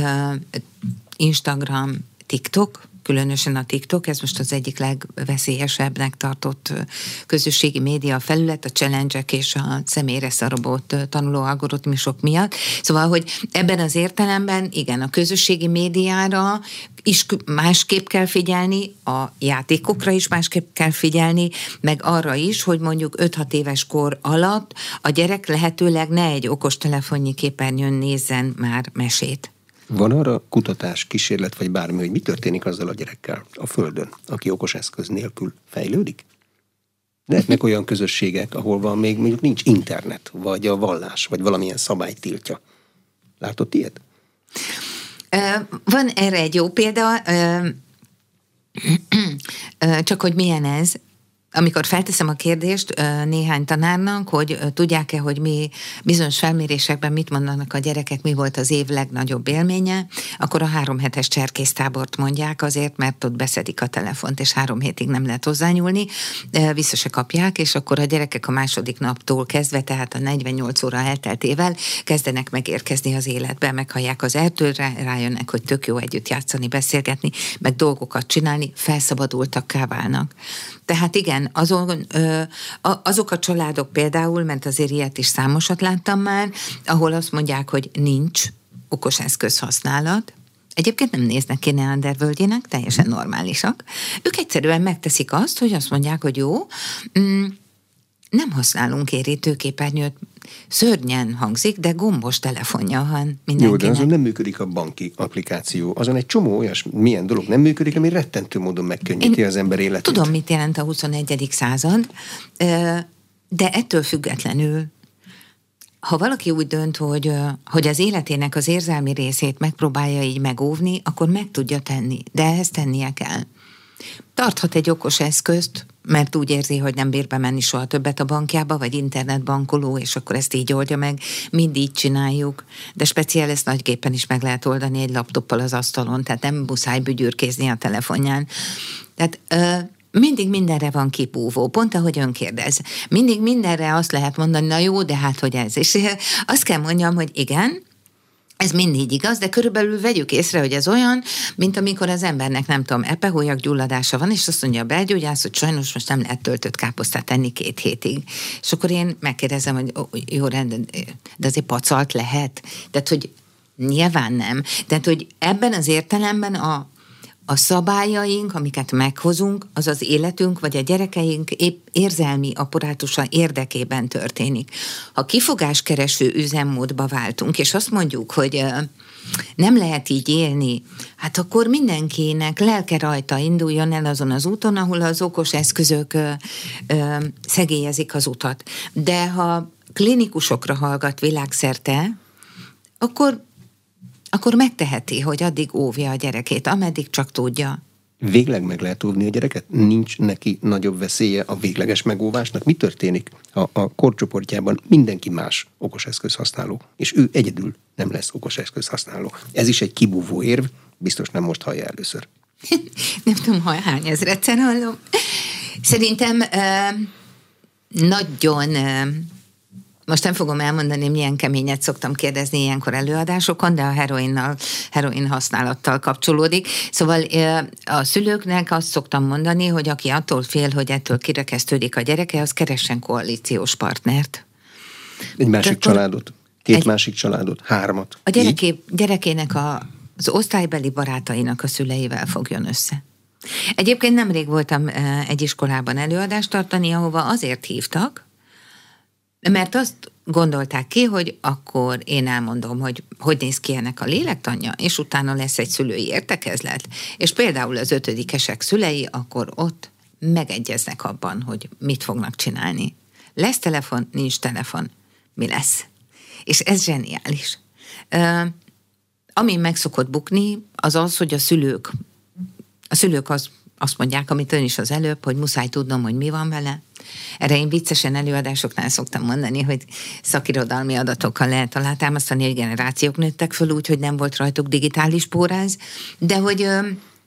Instagram, TikTok, különösen a TikTok, ez most az egyik legveszélyesebbnek tartott közösségi média felület, a challenge-ek és a személyre szarabott tanuló algoritmusok miatt. Szóval, hogy ebben az értelemben, igen, a közösségi médiára is másképp kell figyelni, a játékokra is másképp kell figyelni, meg arra is, hogy mondjuk öt-hat éves kor alatt a gyerek lehetőleg ne egy okostelefonnyi képernyőn nézzen már mesét. Van arra kutatás, kísérlet, vagy bármi, hogy mi történik azzal a gyerekkel a Földön, aki okos eszköz nélkül fejlődik? Lehetnek olyan közösségek, ahol van még mondjuk nincs internet, vagy a vallás, vagy valamilyen szabály tiltja. Látott ilyet? Van erre egy jó példa, csak hogy milyen ez. Amikor felteszem a kérdést néhány tanárnak, hogy tudják-e, hogy mi bizonyos felmérésekben mit mondanak a gyerekek, mi volt az év legnagyobb élménye, akkor a három hetes cserkésztábort mondják azért, mert ott beszedik a telefont, és három hétig nem lehet hozzányúlni, vissza se kapják, és akkor a gyerekek a második naptól kezdve, tehát a negyvennyolc óra elteltével kezdenek megérkezni az életbe, meghallják az erdőre, rájönnek, hogy tök jó együtt játszani, beszélgetni, meg dolgokat csinálni, felszabadultakká válnak. Tehát igen, azon, ö, azok a családok például, mert azért ilyet is számosat láttam már, ahol azt mondják, hogy nincs okos eszköz használat, egyébként nem néznek ki neandervölgyének, teljesen normálisak. Ők egyszerűen megteszik azt, hogy azt mondják, hogy jó, mm, nem használunk érintőképernyőt, szörnyen hangzik, de gombos telefonja van mindenkinek. Jó, de azon nem működik a banki applikáció. Azon egy csomó olyas milyen dolog nem működik, ami rettentő módon megkönnyíti Én az ember életét. Tudom, mit jelent a huszonegyedik század, de ettől függetlenül, ha valaki úgy dönt, hogy, hogy az életének az érzelmi részét megpróbálja így megóvni, akkor meg tudja tenni, de ehhez tennie kell. Tarthat egy okos eszközt, mert úgy érzi, hogy nem bír bemenni soha többet a bankjába, vagy internetbankoló, és akkor ezt így oldja meg. Mind így csináljuk, de speciál ezt nagyképpen is meg lehet oldani egy laptoppal az asztalon, tehát nem muszáj bügyürkézni a telefonján. Tehát ö, mindig mindenre van kibúvó, pont ahogy ön kérdez. Mindig mindenre azt lehet mondani, na jó, de hát hogy ez. És azt kell mondjam, hogy igen, ez mindig igaz, de körülbelül vegyük észre, hogy ez olyan, mint amikor az embernek, nem tudom, epehólyak gyulladása van, és azt mondja a belgyógyász, hogy sajnos most nem lehet töltött káposztát tenni két hétig. És akkor én megkérdezem, hogy ó, jó rend, de azért pacalt lehet. Tehát, hogy nyilván nem. Tehát, hogy ebben az értelemben a A szabályaink, amiket meghozunk, az az életünk, vagy a gyerekeink épp érzelmi apparátusa érdekében történik. Ha kifogáskereső üzemmódba váltunk, és azt mondjuk, hogy nem lehet így élni, hát akkor mindenkinek lelke rajta induljon el azon az úton, ahol az okos eszközök ö, ö, szegélyezik az utat. De ha klinikusokra hallgat világszerte, akkor akkor megteheti, hogy addig óvja a gyerekét, ameddig csak tudja. Végleg meg lehet óvni a gyereket? Nincs neki nagyobb veszélye a végleges megóvásnak? Mi történik, ha a korcsoportjában mindenki más okoseszköz használó, és ő egyedül nem lesz okoseszköz használó? Ez is egy kibúvó érv, biztos nem most hallja először. Nem tudom, hány ezredszer hallom. Szerintem uh, nagyon... Uh, Most nem fogom elmondani, milyen keményet szoktam kérdezni ilyenkor előadásokon, de a heroinnal, heroin használattal kapcsolódik. Szóval a szülőknek azt szoktam mondani, hogy aki attól fél, hogy ettől kirekesztődik a gyereke, az keressen koalíciós partnert. Egy másik akkor családot, két egy, másik családot, hármat. A gyereké, gyerekének a, az osztálybeli barátainak a szüleivel fogjon össze. Egyébként nemrég voltam egy iskolában előadást tartani, ahova azért hívtak, mert azt gondolták ki, hogy akkor én elmondom, hogy hogy néz ki ennek a lélektanja, és utána lesz egy szülői értekezlet, és például az ötödikesek szülei akkor ott megegyeznek abban, hogy mit fognak csinálni. Lesz telefon, nincs telefon. Mi lesz? És ez zseniális. Uh, ami meg szokott bukni, az az, hogy a szülők, a szülők az, azt mondják, amit ön is az előbb, hogy muszáj tudnom, hogy mi van vele. Erre én viccesen előadásoknál szoktam mondani, hogy szakirodalmi adatokkal lehet alátámasztani, hogy generációk nőttek föl úgy, hogy nem volt rajtuk digitális póráz, de hogy ö,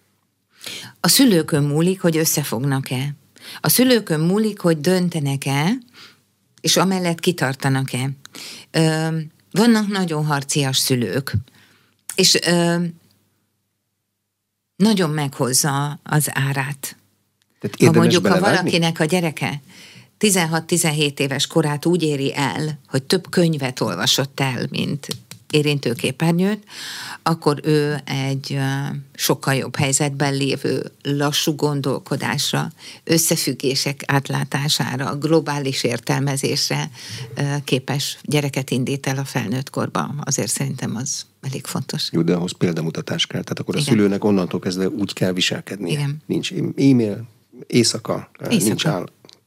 a szülőkön múlik, hogy összefognak-e. A szülőkön múlik, hogy döntenek-e, és amellett kitartanak-e. Ö, vannak nagyon harcias szülők, és ö, nagyon meghozza az árát. Ha mondjuk, ha valakinek a gyereke tizenhat-tizenhét éves korát úgy éri el, hogy több könyvet olvasott el, mint érintőképernyőt, akkor ő egy sokkal jobb helyzetben lévő lassú gondolkodásra, összefüggések átlátására, globális értelmezésre képes gyereket indít el a felnőtt korban. Azért szerintem az elég fontos. Jó, de ahhoz példamutatás kell. Tehát akkor a Igen. szülőnek onnantól kezdve úgy kell viselkednie. Igen. Nincs e-mail, éjszaka, éjszaka. nincs áll.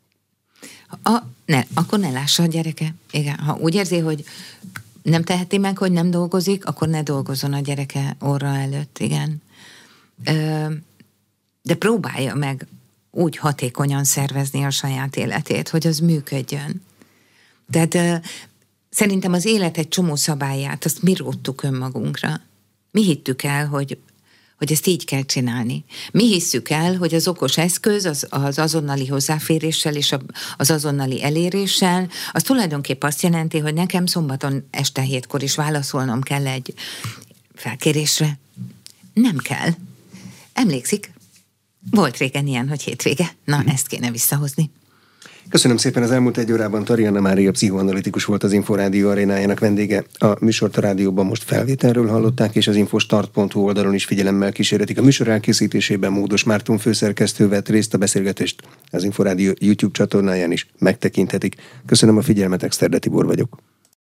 A, ne, akkor ne lássa a gyereke. Igen. Ha úgy érzi, hogy nem teheti meg, hogy nem dolgozik, akkor ne dolgozzon a gyereke orra előtt, igen. Ö, de próbálja meg úgy hatékonyan szervezni a saját életét, hogy az működjön. Tehát ö, szerintem az élet egy csomó szabályát, azt mi róttuk önmagunkra. Mi hittük el, hogy hogy ezt így kell csinálni. Mi hisszük el, hogy az okos eszköz az, az azonnali hozzáféréssel és az azonnali eléréssel, az tulajdonképp azt jelenti, hogy nekem szombaton este hétkor is válaszolnom kell egy felkérésre. Nem kell. Emlékszik? Volt régen ilyen, hogy hétvége. Na, ezt kéne visszahozni. Köszönöm szépen, az elmúlt egy órában Tarianna Mária pszichoanalitikus volt az Inforádió arénájának vendége. A műsort a rádióban most felvételről hallották, és az infostart pont hu oldalon is figyelemmel kísérhetik. A műsor elkészítésében Módos Márton főszerkesztő vett részt, a beszélgetést az Inforádió YouTube csatornáján is megtekinthetik. Köszönöm a figyelmet, Exterde Tibor vagyok.